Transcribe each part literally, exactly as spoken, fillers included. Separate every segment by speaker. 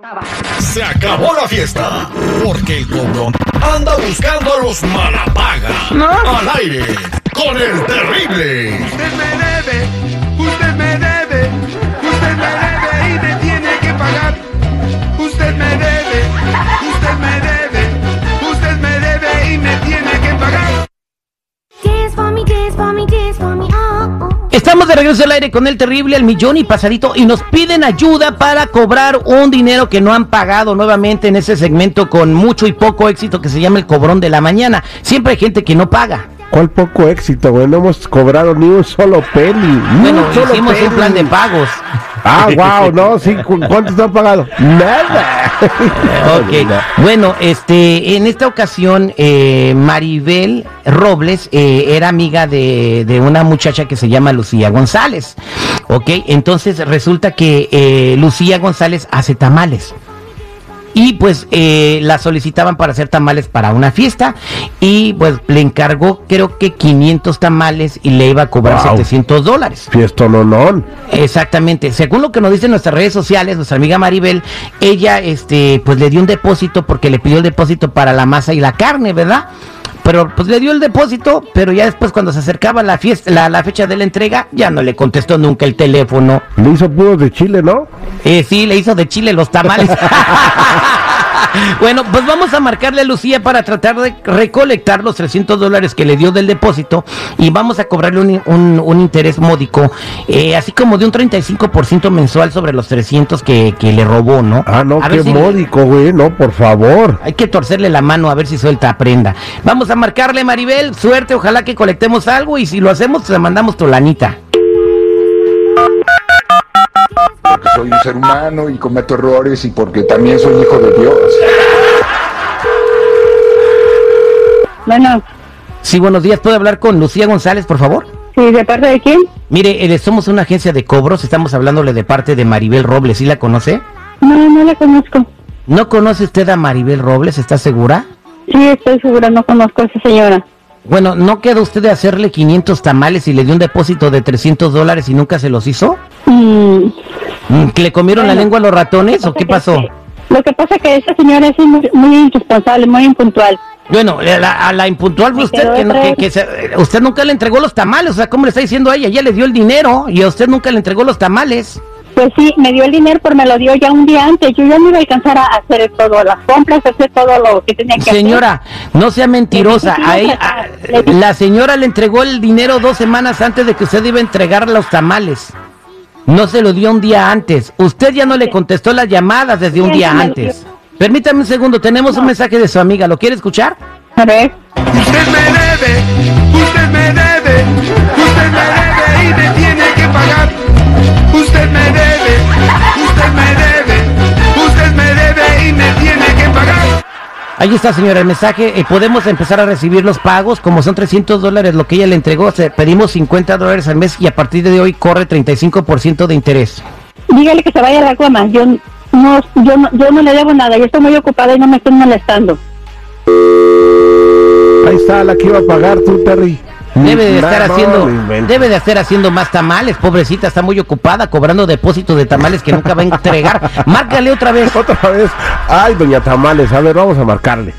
Speaker 1: Se acabó la fiesta, porque el cobrón anda buscando a los malapaga. ¿No? Al aire, con el terrible.
Speaker 2: Usted me debe, usted me debe, usted me debe y me tiene que pagar. Usted me debe, usted me debe, usted me debe y me tiene que pagar.
Speaker 3: Dance for me, dance for me, dance for me, oh, oh.
Speaker 4: Estamos de regreso al aire con el terrible, el millón y pasadito, y nos piden ayuda para cobrar un dinero que no han pagado nuevamente en ese segmento con mucho y poco éxito que se llama el cobrón de la mañana. Siempre hay gente que no paga.
Speaker 5: ¿Cuál poco éxito, güey? No hemos cobrado ni un solo penny.
Speaker 4: Bueno,
Speaker 5: un solo
Speaker 4: hicimos
Speaker 5: penny.
Speaker 4: un plan de pagos.
Speaker 5: Ah, wow, no, sí, ¿cu- ¿cuántos te han pagado? Nada.
Speaker 4: Ok, bueno, este, en esta ocasión, eh, Maribel Robles eh, era amiga de, de una muchacha que se llama Lucía González, ok, entonces resulta que eh, Lucía González hace tamales. Y pues eh, la solicitaban para hacer tamales para una fiesta y pues le encargó creo que quinientos tamales y le iba a cobrar
Speaker 5: Wow.
Speaker 4: setecientos dólares.
Speaker 5: Fiesta no, no.
Speaker 4: Exactamente, según lo que nos dicen nuestras redes sociales, nuestra amiga Maribel, ella este pues le dio un depósito porque le pidió el depósito para la masa y la carne, ¿verdad? Pero pues le dio el depósito, pero ya después cuando se acercaba la fiesta, la, la fecha de la entrega, ya no le contestó nunca el teléfono.
Speaker 5: Le hizo puros de Chile, ¿no?
Speaker 4: Eh, sí, le hizo de Chile los tamales. Bueno, pues vamos a marcarle a Lucía para tratar de recolectar los trescientos dólares que le dio del depósito y vamos a cobrarle un, un, un interés módico, eh, así como de un treinta y cinco por ciento mensual sobre los trescientos que, que le robó, ¿no?
Speaker 5: Ah, no,
Speaker 4: A
Speaker 5: qué
Speaker 4: ver si-
Speaker 5: módico, güey, no, por favor.
Speaker 4: Hay que torcerle la mano a ver si suelta prenda. Vamos a marcarle, Maribel, suerte, ojalá que colectemos algo y si lo hacemos, te mandamos tu lanita.
Speaker 6: Porque soy un ser humano y cometo errores y porque también soy hijo de Dios.
Speaker 7: Bueno,
Speaker 4: Sí, buenos días, ¿puedo hablar con Lucía González, por favor?
Speaker 7: sí, ¿de parte de quién?
Speaker 4: Mire, eh, somos una agencia de cobros, estamos hablándole de parte de Maribel Robles, ¿sí la conoce?
Speaker 7: No, no la conozco.
Speaker 4: ¿No conoce usted a Maribel Robles, está segura?
Speaker 7: Sí, estoy segura, no conozco a esa señora.
Speaker 4: Bueno, ¿no quedó usted de hacerle quinientos tamales y le dio un depósito de trescientos dólares y nunca se los hizo?
Speaker 7: Mm,
Speaker 4: Mm, ¿Que le comieron la
Speaker 7: Bueno,
Speaker 4: lengua a los ratones o qué pasó?
Speaker 7: Lo que pasa es que esa señora es muy, muy irresponsable, muy impuntual.
Speaker 4: Bueno, a la, a la impuntual fue
Speaker 7: Me
Speaker 4: usted,
Speaker 7: quedó
Speaker 4: que, no-
Speaker 7: otra
Speaker 4: que-
Speaker 7: vez.
Speaker 4: que se- usted nunca le entregó los tamales, o sea, ¿cómo le está diciendo a ella? Ella le dio el dinero y a usted nunca le entregó los tamales.
Speaker 7: Pues sí, me dio el dinero, pero me lo dio ya un día antes. Yo ya no iba a alcanzar a hacer todas las compras, hacer todo lo que tenía que
Speaker 4: Señora, no sea mentirosa,
Speaker 7: Le dije que
Speaker 4: a
Speaker 7: iba a
Speaker 4: ella- a-
Speaker 7: tratar, le dije-
Speaker 4: la señora le entregó el dinero dos semanas antes de que usted iba a entregar los tamales. No se lo dio un día antes. Usted ya no le contestó las llamadas desde un
Speaker 7: Sí,
Speaker 4: día
Speaker 7: me lo
Speaker 4: antes. Permítame un segundo, tenemos un mensaje de su amiga, ¿lo quiere escuchar?
Speaker 7: hacer. A ver,
Speaker 2: Usted me debe, usted me debe, usted me debe y me tiene que pagar. Usted me debe, usted me debe, usted me debe y me tiene que pagar.
Speaker 4: Ahí está, señora, el mensaje. Eh, podemos empezar a recibir los pagos, como son trescientos dólares lo que ella le entregó. Se- pedimos cincuenta dólares al mes y a partir de hoy corre treinta y cinco por ciento de interés.
Speaker 7: dígale que se vaya a la goma. Yo no, yo no, yo no le debo nada. Yo estoy muy ocupada y no me estoy molestando.
Speaker 5: Ahí está la que iba a pagar tú, Terry.
Speaker 4: Debe de estar
Speaker 5: No,
Speaker 4: haciendo,
Speaker 5: no inventes.
Speaker 4: debe de estar haciendo más tamales, pobrecita, está muy ocupada cobrando depósitos de tamales que nunca va a entregar. Márcale otra vez.
Speaker 5: Otra vez. Ay, doña Tamales, a ver, vamos a marcarle.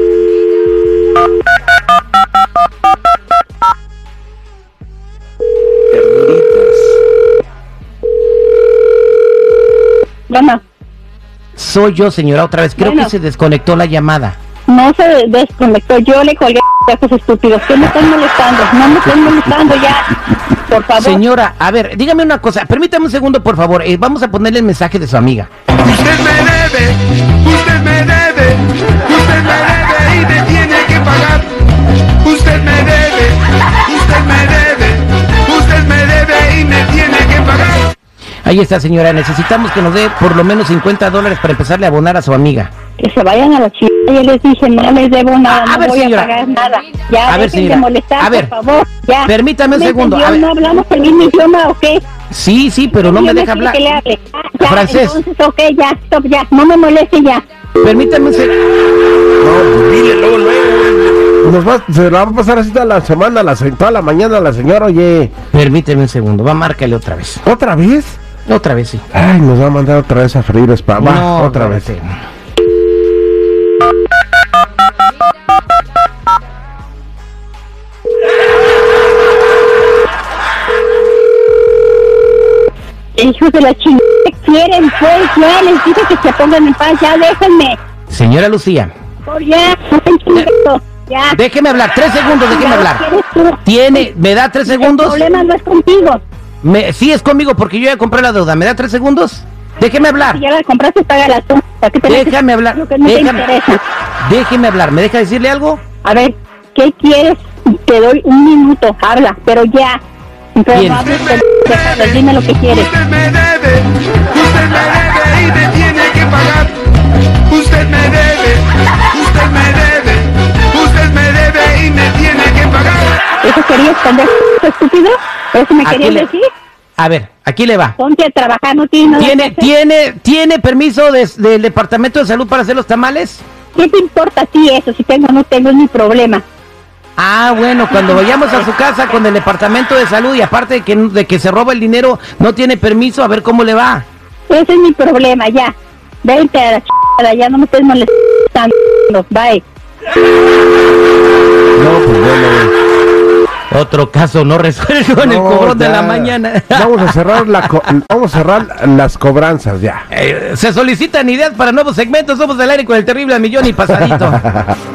Speaker 7: Bueno,
Speaker 4: Soy yo, señora, otra vez. Creo
Speaker 7: Bueno.
Speaker 4: que se desconectó la llamada.
Speaker 7: no se desconectó. Yo le colgué a esos estúpidos. ¿Qué me están molestando? No me están molestando ya. Por favor.
Speaker 4: Señora, a ver, dígame una cosa. Permítame un segundo, por favor. Eh, vamos a ponerle el mensaje de su amiga.
Speaker 2: Usted me debe, usted me debe, usted me debe y me tiene que pagar. Usted me debe, usted me debe, usted me debe y me tiene que pagar.
Speaker 4: Ahí está, señora. Necesitamos que nos dé por lo menos cincuenta dólares para empezarle a abonar a su amiga.
Speaker 7: Que se vayan a la chica. Ya les dije, no les debo nada,
Speaker 4: A- a
Speaker 7: no
Speaker 4: ver,
Speaker 7: voy
Speaker 4: señora.
Speaker 7: a pagar nada. Ya,
Speaker 4: A ver,
Speaker 7: dejen
Speaker 4: señora.
Speaker 7: de molestar,
Speaker 4: A ver.
Speaker 7: por favor. Ya.
Speaker 4: Permítame un
Speaker 7: ¿Me
Speaker 4: segundo.
Speaker 7: entendió?
Speaker 4: A ver.
Speaker 7: ¿No hablamos el mismo idioma o qué?
Speaker 4: Sí, sí, pero no me
Speaker 7: Yo
Speaker 4: deja
Speaker 7: quiere
Speaker 4: hablar.
Speaker 7: que le hable. Ya, ya,
Speaker 4: Francés.
Speaker 7: Entonces, ok, ya, stop, ya. No me moleste ya.
Speaker 4: Permítame un segundo.
Speaker 5: No, pues dile luego, luego. Nos va, se la va a pasar así toda la semana, la, se- toda la mañana la señora, oye.
Speaker 4: Permíteme un segundo. Va, márcale otra vez.
Speaker 5: ¿Otra vez?
Speaker 4: Otra vez sí.
Speaker 5: Ay, nos va a mandar otra vez a freír spa. Va,
Speaker 4: No,
Speaker 5: otra
Speaker 4: no,
Speaker 5: vez.
Speaker 4: sí.
Speaker 7: Hijos de la chingada, ¿qué quieren? Pues ya les dije que se pongan en paz, ya déjenme.
Speaker 4: Señora Lucía,
Speaker 7: Por ya, no estén chingando, ya.
Speaker 4: déjeme hablar, tres segundos, déjeme
Speaker 7: Ya,
Speaker 4: hablar.
Speaker 7: ¿quieres tú?
Speaker 4: Tiene, ¿me da tres
Speaker 7: El
Speaker 4: segundos?
Speaker 7: problema no es contigo.
Speaker 4: Me, sí, es conmigo porque yo ya compré la deuda. ¿Me da tres segundos? Déjeme hablar.
Speaker 7: Si ya la compraste, págala tú. ¿Para qué te metes
Speaker 4: Déjame hablar.
Speaker 7: lo que no
Speaker 4: Déjame,
Speaker 7: te interesa?
Speaker 4: déjeme hablar. ¿Me deja decirle algo?
Speaker 7: A ver, ¿qué quieres? Te doy un minuto, habla, pero ya. Pero
Speaker 4: Bien.
Speaker 7: no hables, te- déjalo, dime lo que quieres.
Speaker 2: Usted me debe, usted me debe y me tiene que pagar. Usted me debe, usted me debe, usted me debe y me tiene que pagar.
Speaker 7: ¿Eso querías, pendejo estúpido? ¿Eso me
Speaker 4: Aquí
Speaker 7: querías
Speaker 4: le-
Speaker 7: decir?
Speaker 4: A ver, aquí le va.
Speaker 7: Ponte a trabajar, no tienes nada
Speaker 4: ¿Tiene,
Speaker 7: que hacer.
Speaker 4: tiene, tiene permiso de- del Departamento de Salud para hacer los tamales?
Speaker 7: ¿Qué te importa a ti eso? Si tengo o no tengo, es mi problema.
Speaker 4: Ah, bueno, cuando vayamos a su casa con el Departamento de Salud y aparte de que, de que se roba el dinero, no tiene permiso, a ver cómo le va.
Speaker 7: Ese es mi problema, ya. Vente a la chingada, ya no me estés molestando. Bye.
Speaker 5: No, pues bueno.
Speaker 4: Otro caso no resuelto en el
Speaker 5: No,
Speaker 4: cobrón de
Speaker 5: ya.
Speaker 4: la mañana.
Speaker 5: Vamos a cerrar la co- vamos a cerrar las cobranzas ya.
Speaker 4: Eh, se solicitan ideas para nuevos segmentos. Somos del aire con el terrible al millón y pasadito.